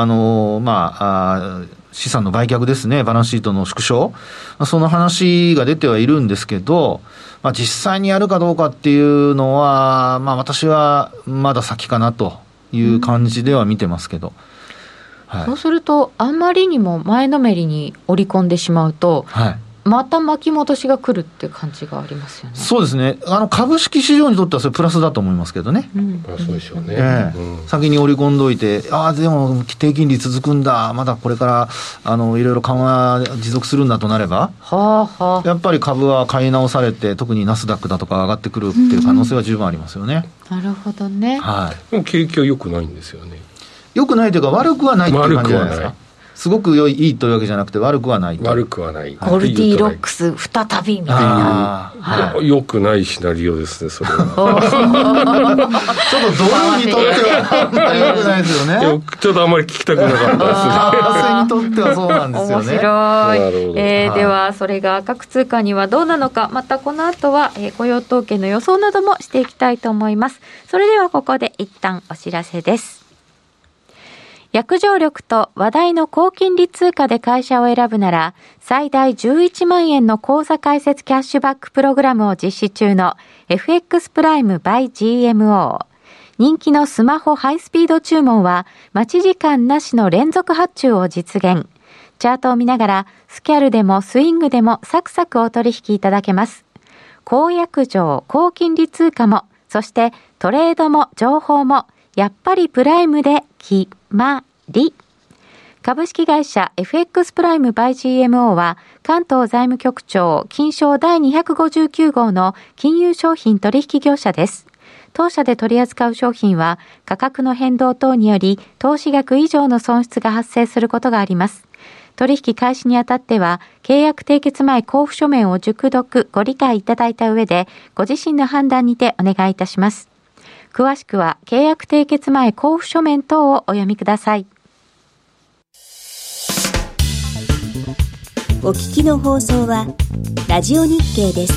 資産の売却ですね、バランスシートの縮小、その話が出てはいるんですけど、実際にやるかどうかっていうのは、私はまだ先かなという感じでは見てますけど、 そうするとあんまりにも前のめりに織り込んでしまうと、また巻き戻しが来るっていう感じがありますよね。 そうですね、株式市場にとってはそれプラスだと思いますけどね。 そうでしょうね、 先に織り込んどいて、でも低金利続くんだ、まだこれからいろいろ緩和持続するんだとなれば、やっぱり株は買い直されて、特にナスダックだとか上がってくるっていう可能性は十分ありますよね。 なるほどね。 でも景気は良くないんですよね。 良くないというか悪くはないっていう感じじゃないですか。すごくいいというわけじゃなくて悪くはない。 悪くはない。 ゴルディロックス再びみたいな。 良くないシナリオですね、それは。 ちょっとドルにとっては良くないですよね。 ちょっとあんまり聞きたくなかったですね。 為替にとってはそうなんですよね。 面白い。ではそれが各通貨にはどうなのか、またこの後は雇用統計の予想などもしていきたいと思います。それではここで一旦お知らせです。約定力と話題の高金利通貨で会社を選ぶなら、最大11万円の口座開設キャッシュバックプログラムを実施中の FX プライム by GMO。人気のスマホハイスピード注文は待ち時間なしの連続発注を実現。チャートを見ながらスキャルでもスイングでもサクサクお取引いただけます。高約定、高金利通貨も、そしてトレードも情報もやっぱりプライムで決まり。株式会社 FX プライム by GMO は関東財務局長金賞第259号の金融商品取引業者です。当社で取り扱う商品は価格の変動等により投資額以上の損失が発生することがあります。取引開始にあたっては契約締結前交付書面を熟読ご理解いただいた上でご自身の判断にてお願いいたします。詳しくは契約締結前交付書面等をお読みください。 お聞きの放送はラジオ日経です。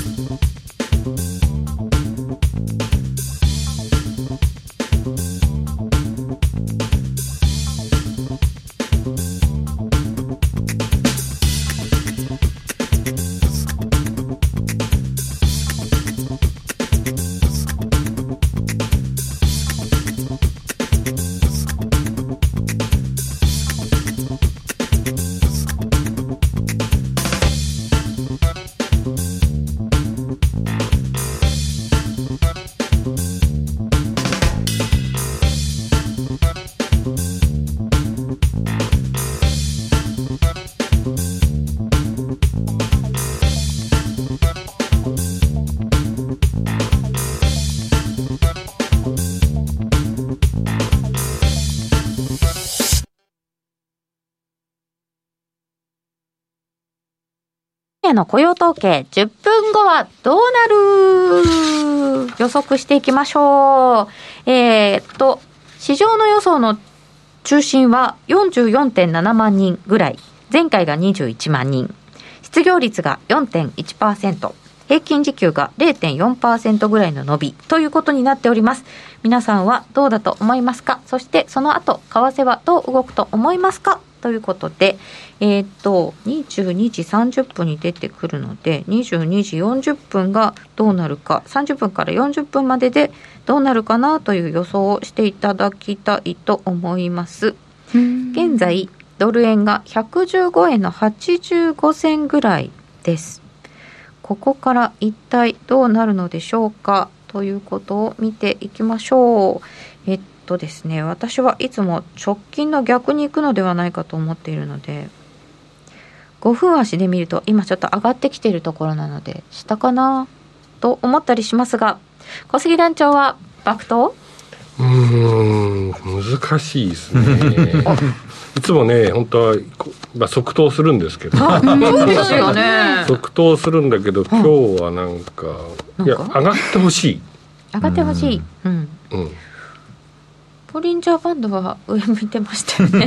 夜の雇用統計10分後はどうなる予測していきましょう。市場の予想の中心は 44.7 万人ぐらい、前回が21万人、失業率が 4.1%、平均時給が 0.4% ぐらいの伸びということになっております。皆さんはどうだと思いますか？そしてその後為替はどう動くと思いますか？ということで、22時30分に出てくるので、22時40分がどうなるか、30分から40分まででどうなるかなという予想をしていただきたいと思います。現在ドル円が115円の85銭ぐらいです。ここから一体どうなるのでしょうかということを見ていきましょう。ですね、私はいつも直近の逆に行くのではないかと思っているので、5分足で見ると今ちょっと上がってきているところなので下かなと思ったりしますが、小杉団長は爆投？ 難しいですねいつもね本当は、即答するんですけどそうですよね即答するんだけど、今日はなんかいや上がってほしい、 上がってほしい、ボリンジャーバンドは上向いてましたよね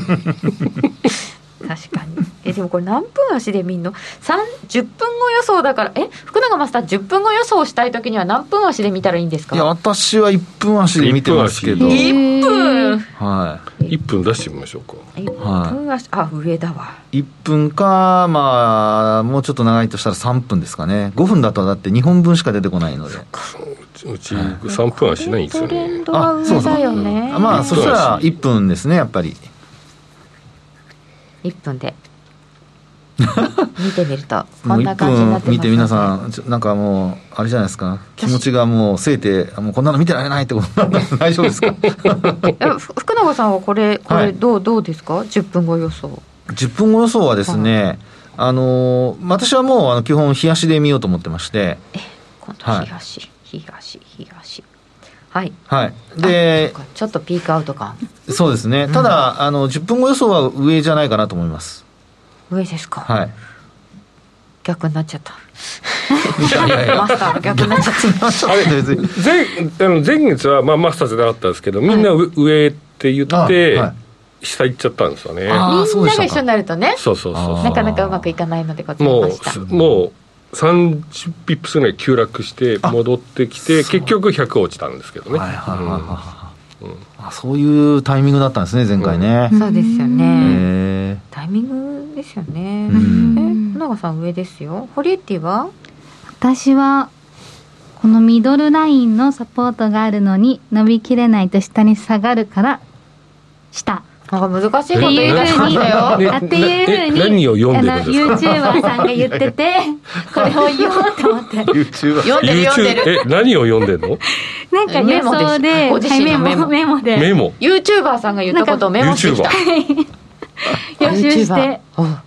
確かに。でもこれ何分足で見んの？10分後予想だから、福永マスター10分後予想したいときには何分足で見たらいいんですか？ いや私は1分足で見てますけど。 1分、 はい、 1分出してみましょうか。 1分足、上だわ。 1分か、もうちょっと長いとしたら3分ですかね。5分だとだって2本分しか出てこないので。 うち3分はしないんですよね。 トレンドは上だよね。 そしたら1分ですね、やっぱり。 1分で見てみるとこんな感じになってます、ね、 1分見て皆さんなんかもうあれじゃないですか、気持ちがもうせいてもうこんなの見てられないってことなんで大丈夫ですか福永さんはこれどうですか？10分後予想。 10分後予想はですね、私はもう基本日足で見ようと思ってまして、 今度日足、はい、 はい、でちょっとピークアウト感。 そうですね、ただ10分後予想は上じゃないかなと思います。 上ですか？ はい、 逆になっちゃったマスターが逆になっちゃった前月は、マスターじゃなかったですけどみんな上って言って、下行っちゃったんですよね。 みんなが一緒になるとね、 そうなかなかうまくいかないのでございました。 もう30ピップスぐらい急落して戻ってきて結局100落ちたんですけどね。 そういうタイミングだったんですね前回ね。 そうですよね、タイミングですよね。福永さん上ですよ。ホリエッティは？ 私はこのミドルラインのサポートがあるのに伸びきれないと下に下がるから下。 なんか難しいこと言い出しましたよ。 っていうふうに何を読んでるんですか ？YouTuber さんが言っててこれを言おうと思って読んでる何を読んでるの？ なんか予想でメモで YouTuber さんが言ったことをメモしてきた予習して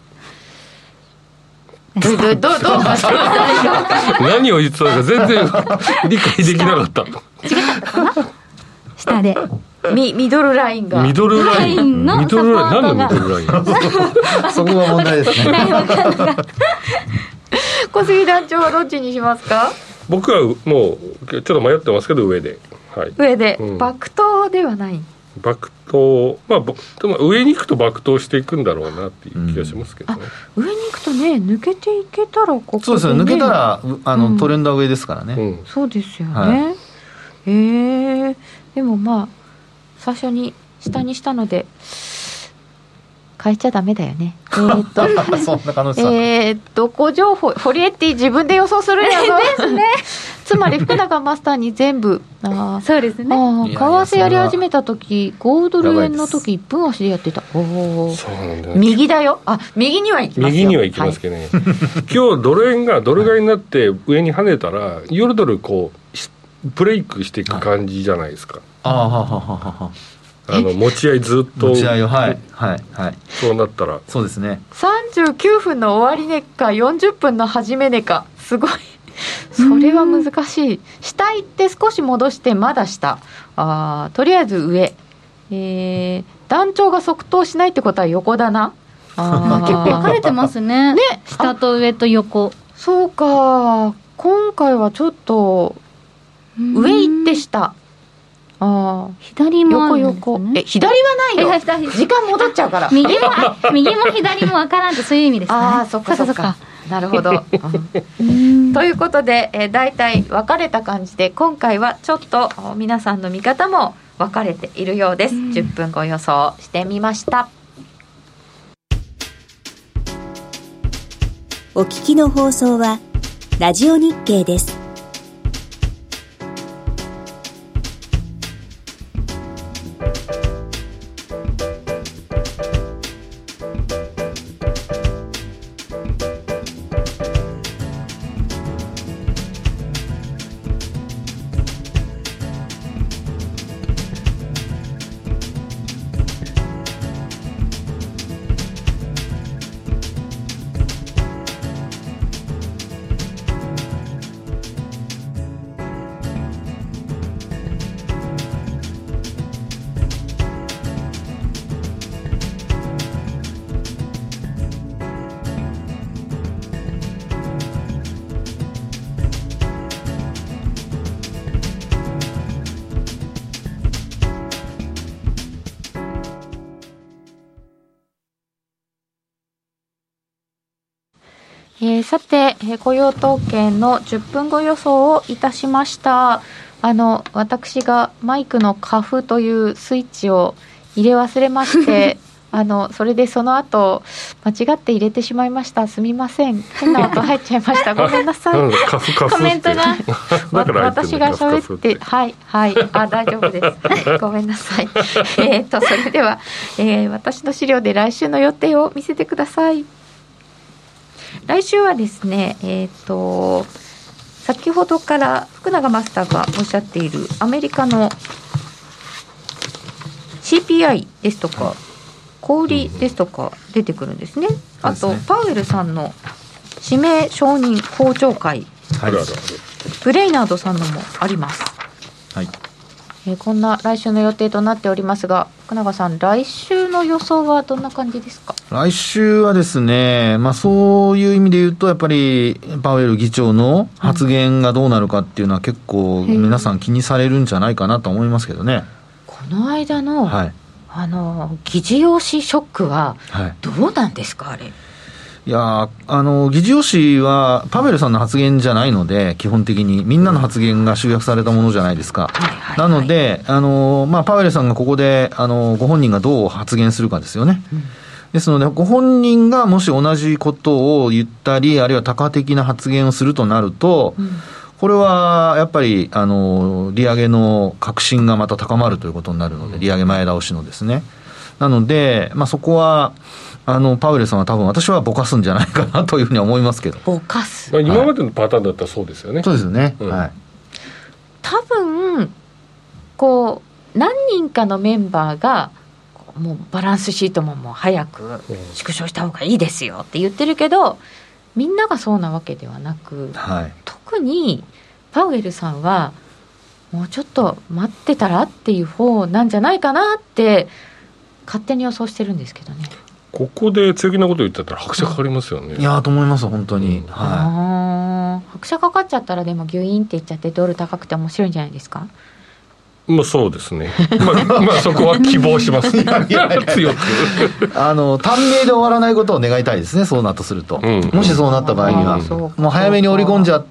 どう何を言ってたのか全然理解できなかった。 違ったかな？下でミドルラインがミドルラインのサポートが何のミドルラインそこが問題ですね小杉団長はどっちにしますか？ 僕はもうちょっと迷ってますけど上で、 上で、爆投ではない。 爆投、でも上に行くと爆投していくんだろうなっていう気がしますけどね。 上に行くとね抜けていけたらここで、 そうですね、抜けたらトレンドは上ですからね、 そうですよね、でも最初に下にしたので変えちゃダメだよね。 そんな可能性ご情報ホリエッティ自分で予想するんやぞですねつまり福永マスターに全部そうですね。 為替やり始めた時5ドル円の時1分足でやってた。そうなんだ。右だよ。右には行きますよ。 右には行きますけどね、今日ドル円がドル買いになって上に跳ねたらユーロドルブレイクしていく感じじゃないですか。持ち合いずっと持ち合いをそうなったらそうですね。 39分の終値か40分の始め値かすごいそれは難しい。下行って少し戻してまだ下、とりあえず上、団長が即答しないってことは横だな結構分かれてますね。下と上と横。 そうか、今回はちょっと上行って下、 左もあるんですかね。 左はないよ。時間戻っちゃうから。 右も左も分からんって、そういう意味ですかね。 そっかそっか。なるほど。ということで、だいたい分かれた感じで、今回はちょっと皆さんの見方も分かれているようです。10分後予想してみました。 お聞きの放送はラジオ日経です。 さて、雇用統計の10分後予想をいたしました。私がマイクのカフというスイッチを入れ忘れましてそれでその後間違って入れてしまいました。すみません、変な音入っちゃいました。ごめんなさい。 コメントが私が喋ってはい大丈夫ですごめんなさい。それでは、私の資料で来週の予定を見せてください。来週はですね、先ほどから福永マスターがおっしゃっているアメリカの CPI ですとか小売ですとか出てくるんですね。あとパウエルさんの指名承認公聴会、ブレイナードさんのもあります。はい。こんな来週の予定となっておりますが、福永さん、来週の予想はどんな感じですか？ 来週はですね、そういう意味で言うとやっぱりパウエル議長の発言がどうなるかっていうのは結構皆さん気にされるんじゃないかなと思いますけどね。 この間の、議事要旨ショックはどうなんですか、あれ。 いや議事要旨はパウエルさんの発言じゃないので、基本的にみんなの発言が集約されたものじゃないですか。なのでパウエルさんがここでご本人がどう発言するかですよね。ですのでご本人がもし同じことを言ったり、あるいは多角的な発言をするとなると、これはやっぱり利上げの確信がまた高まるということになるので、利上げ前倒しのですね。なのでそこはパウエルさんは多分私はぼかすんじゃないかなというふうに思いますけど。 ぼかす、 今までのパターンだったらそうですよね。 そうですよね、 多分何人かのメンバーがもうバランスシートももう早く縮小した方がいいですよって言ってるけど、みんながそうなわけではなく、特にパウエルさんはもうちょっと待ってたらっていう方なんじゃないかなって勝手に予想してるんですけどね。 ここで強気なこと言ってたら拍車かかりますよね。 いやと思います本当に、 拍車かかっちゃったらでもギュイーンっていっちゃってドル高くて面白いんじゃないですか。 そうですね。そこは希望します。強く短命で終わらないことを願いたいですね。そうなとすると、もしそうなった場合にはもう早めに織り込んじゃって、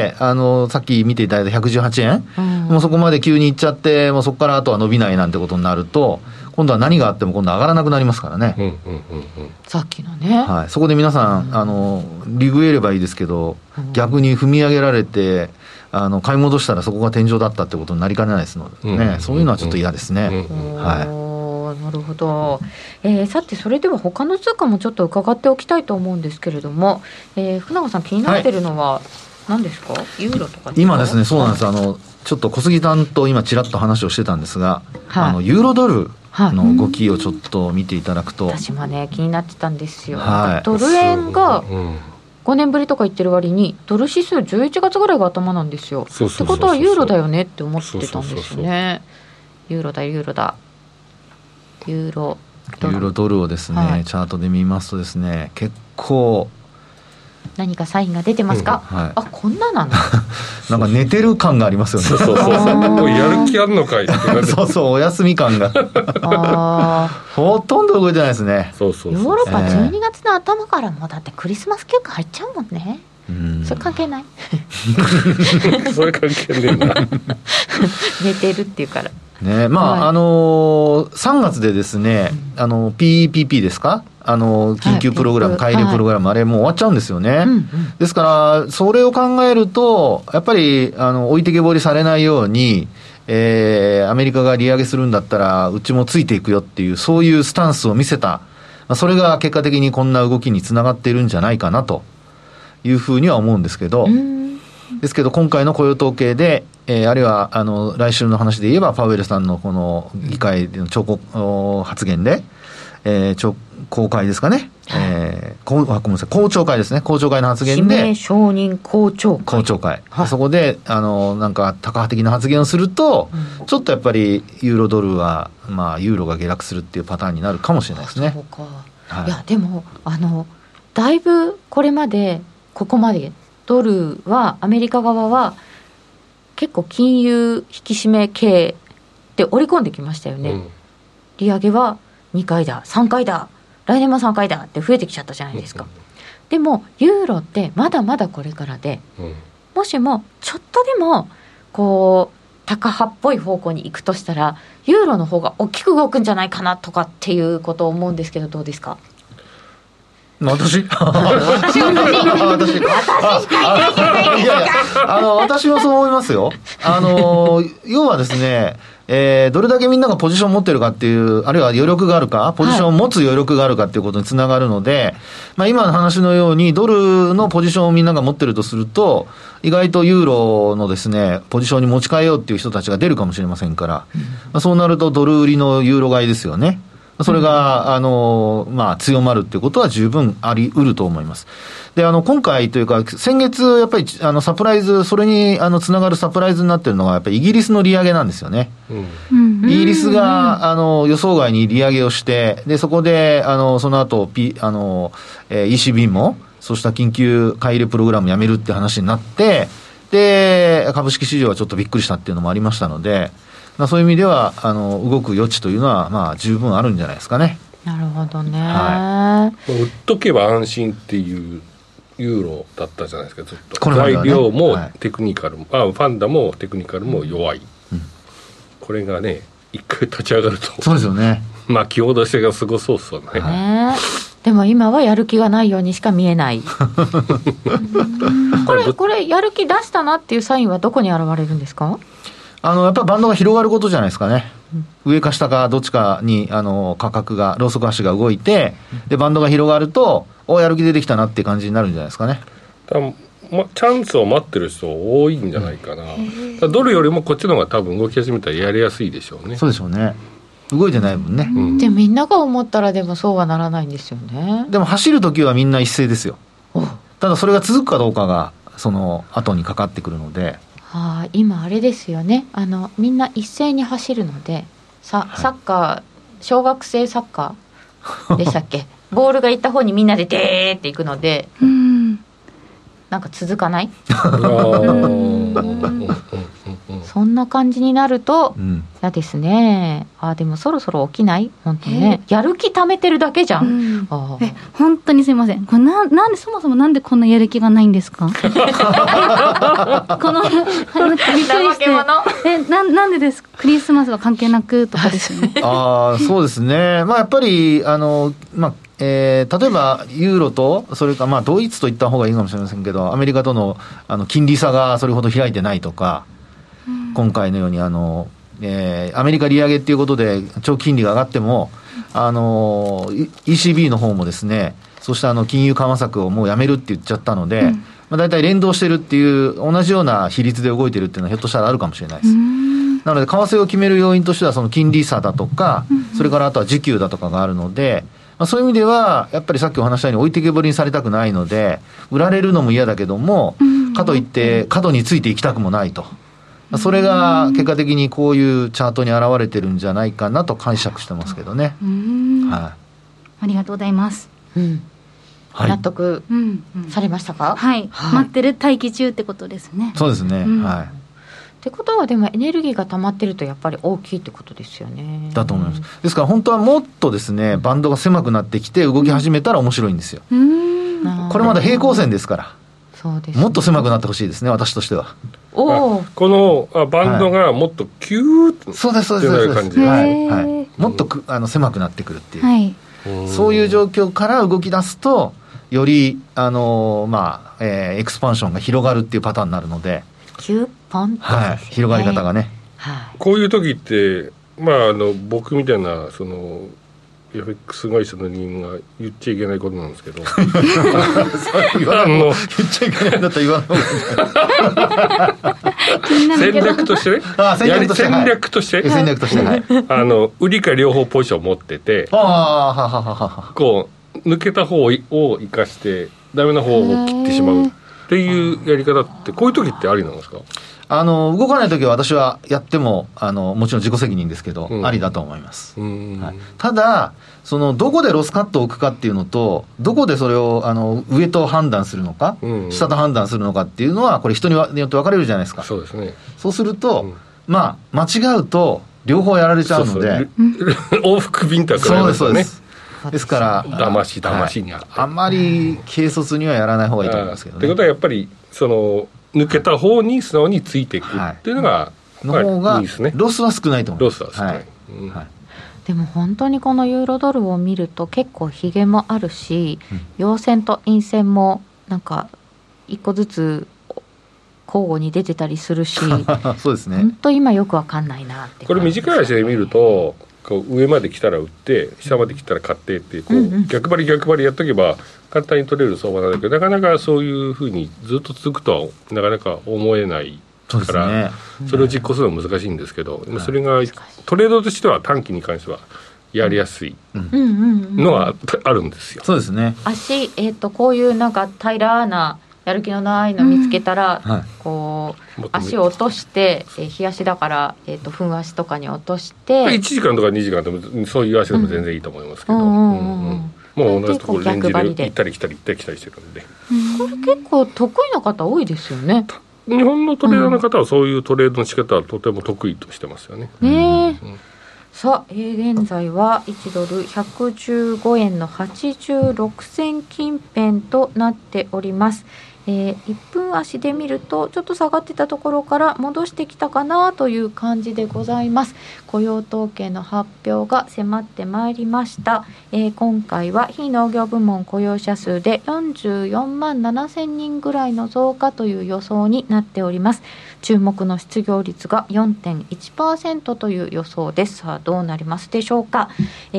さっき見ていただいた118円、もうそこまで急にいっちゃって、もうそこからあとは伸びないなんてことになると、今度は何があっても今度上がらなくなりますからね。 さっきのね、 そこで皆さん利食えればいいですけど、逆に踏み上げられて買い戻したらそこが天井だったってことになりかねないですのでね、そういうのはちょっと嫌ですね。 なるほど。さてそれでは他の通貨もちょっと伺っておきたいと思うんですけれども、福永さん気になってるのは何ですか？ユーロとか今ですね。そうなんです。ちょっと小杉さんと今ちらっと話をしてたんですが、ユーロドルの動きをちょっと見ていただくと、 私もね気になってたんですよ。ドル円が5年ぶりとか言ってる割にドル指数11月ぐらいが頭なんですよ。ってことはユーロだよねって思ってたんですよね。ユーロだユーロだユーロユーロドルをですね、はい、チャートで見ますとですね、結構何かサインが出てますか、はい、あ、こんななんだなんか寝てる感がありますよね。 そうそうそうやる気あんのかいってそうそう、お休み感がほとんど動いてないですね。 そうヨーロッパ12月の頭からもうだってクリスマス休暇入っちゃうもんね。それ関係ないそれ関係ねえな寝てるっていうからね。まあ、はい、3月でですね、PPP ですか、緊急プログラム、買い入れプログラム、あれもう終わっちゃうんですよね、ですからそれを考えるとやっぱり置いてけぼりされないように、アメリカが利上げするんだったらうちもついていくよっていう、そういうスタンスを見せた、それが結果的にこんな動きにつながっているんじゃないかなというふうには思うんですけど、ですけど今回の雇用統計で、あるいは来週の話で言えばパウエルさんのこの議会での聴講発言で、公開ですかね、ごめんなさい、公聴会ですね、公聴会の発言で指名承認公聴会、はい、そこでなんかタカ派的な発言をすると、ちょっとやっぱりユーロドルは、まあ、ユーロが下落するっていうパターンになるかもしれないですね。 そうか、はい、いやでもだいぶこれまでここまでドルはアメリカ側は結構金融引き締め系で織り込んできましたよね、利上げは2回だ3回だ来年も3回だって増えてきちゃったじゃないですか、でもユーロってまだまだこれからで、もしもちょっとでもこう高派っぽい方向に行くとしたらユーロの方が大きく動くんじゃないかなとかっていうことを思うんですけど、どうですか。 私しかいないいやいや、私もそう思いますよ。要はですね、どれだけみんながポジションを持ってるかっていう、あるいは余力があるか、ポジションを持つ余力があるかっていうことにつながるので、まあ、今の話のようにドルのポジションをみんなが持ってるとすると、意外とユーロのですねポジションに持ち替えようっていう人たちが出るかもしれませんから、まあ、そうなるとドル売りのユーロ買いですよね。それが、まあ、強まるっていうことは十分あり得ると思います。で、今回というか、先月、やっぱり、サプライズ、それに、つながるサプライズになっているのが、やっぱりイギリスの利上げなんですよね。イギリスが、予想外に利上げをして、で、そこで、その後、ECB も、そうした緊急買い入れプログラムやめるって話になって、で、株式市場はちょっとびっくりしたっていうのもありましたので、そういう意味では動く余地というのはまあ十分あるんじゃないですかね。 なるほどね、 はい、売っとけば安心っていうユーロだったじゃないですか、ずっと。材料もテクニカルも、ファンダもテクニカルも弱い、これがね一回立ち上がると、 そうですよね、 巻き戻しがすごそうっすよね、 でも今はやる気がないようにしか見えないこれやる気出したなっていうサインはどこに現れるんですか。 やっぱりバンドが広がることじゃないですかね、上か下かどっちかに価格がローソク足が動いて、でバンドが広がるとやる気出てきたなっていう感じになるんじゃないですかね。 チャンスを待ってる人多いんじゃないかな、ドルよりもこっちの方が多分動き始めたらやりやすいでしょうね。 そうでしょうね、動いてないもんね、 でみんなが思ったらでもそうはならないんですよね。 でも走るときはみんな一斉ですよ。ただそれが続くかどうかがその後にかかってくるので、 今あれですよね、みんな一斉に走るのでサッカー、小学生サッカーでしたっけボールが行った方にみんなでデーって行くので、なんか続かないそんな感じになると嫌ですね。でもそろそろ起きない本当ね、やる気貯めてるだけじゃん、 本当にすいません、これなんでそもそもなんでこんなやる気がないんですかこのびっくりしてなんでですクリスマスは関係なくとかですよねそうですね、まあ、やっぱり例えばユーロとそれかまあドイツといった方がいいかもしれませんけど、アメリカとの金利差がそれほど開いてないとか、今回のようにアメリカ利上げっていうことで長期金利が上がってもECB の方もですね、そうした金融緩和策をもうやめるって言っちゃったので、だいたい連動してるっていう同じような比率で動いてるっていうのはひょっとしたらあるかもしれないです。なので為替を決める要因としてはその金利差だとか、それからあとは時給だとかがあるので、そういう意味ではやっぱりさっきお話したように置いてけぼりにされたくないので、売られるのも嫌だけども、かといって角についていきたくもないと、それが結果的にこういうチャートに現れてるんじゃないかなと解釈してますけどね。 ありがとうございます。 納得されましたか？ はい、待ってる待機中ってことですね。 そうですね、 ってことはでもエネルギーが溜まってるとやっぱり大きいってことですよね。 だと思います。ですから本当はもっとですねバンドが狭くなってきて動き始めたら面白いんですよ。これまだ平行線ですから、 そうですね、 もっと狭くなってほしいですね、私としては。 このバンドがもっとキューッとそうですそうですそうです、もっと狭くなってくるっていう、そういう状況から動き出すとよりエクスパンションが広がるっていうパターンになるので、 キューポンと、 広がり方がね、 こういう時って僕みたいなそのFX 会社の人間が言っちゃいけないことなんですけど言っちゃいけないんだったら言わない方がいい戦略としてね戦略として売りか両方ポジションを持ってて、こう抜けた方を生かしてダメな方を切ってしまうっていうやり方ってこういう時ってありなんですか？ 動かないときは私はやってももちろん自己責任ですけど、ありだと思います、ただどこでロスカットを置くかっていうのと、どこでそれを上と判断するのか、下と判断するのかっていうのはこれ人によって分かれるじゃないですか。 そうですね。 そうすると、間違うと両方やられちゃうので往復ビンタくらいですよね。 ですから騙しにあって、 あんまり軽率にはやらない方がいいと思いますけどね。 ってことはやっぱり抜けた方に素直についていくっていうのが、 の方がいいですね。ロスは少ないと思います。 ロスは少ない、 でも本当にこのユーロドルを見ると結構ヒゲもあるし、陽線と陰線もなんか一個ずつ交互に出てたりするしそうですね、 本当今よくわかんないなって。 これ短い足で見るとこう上まで来たら売って下まで来たら買ってってこう、逆張りやっとけば簡単に取れる相場なんだけど、なかなかそういうふうにずっと続くとはなかなか思えないから、それを実行するのは難しいんですけど、それがトレードとしては短期に関してはやりやすいのはあるんですよ。 そうですね。 こういうなんか平らなやる気のないの見つけたら、こう足を落として、日足だから、分足とかに落として 1時間とか2時間でもそういう足でも全然いいと思いますけど、もう同じところレンジで行ったり来たりしてるんで、 これ結構得意な方多いですよね。 日本のトレーダーの方はそういうトレードの仕方はとても得意としてますよね。 さあ、現在は1ドル115円の86銭近辺となっております。1分足で見るとちょっと下がってたところから戻してきたかなという感じでございます。雇用統計の発表が迫ってまいりました。今回は非農業部門雇用者数で44万7000人ぐらいの増加という予想になっております。注目の失業率が 4.1% という予想です。さあどうなりますでしょうか。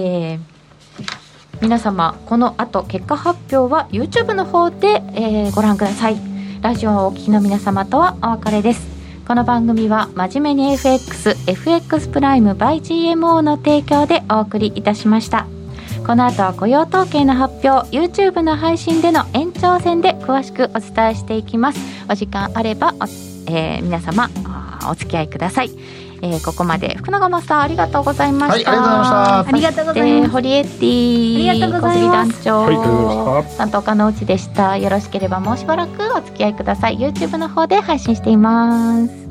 皆様この後結果発表は YouTube の方で、ご覧ください。ラジオをお聞きの皆様とはお別れです。この番組は真面目に FX プライム by GMO の提供でお送りいたしました。この後は雇用統計の発表 YouTube の配信での延長戦で詳しくお伝えしていきます。お時間あれば皆様お付き合いください。ここまで福永マスターありがとうございました。 ありがとうございました。 堀エッティ、 ありがとうございます。 小杉団長、担当課の内でした。よろしければもうしばらくお付き合いください。 YouTube の方で配信しています。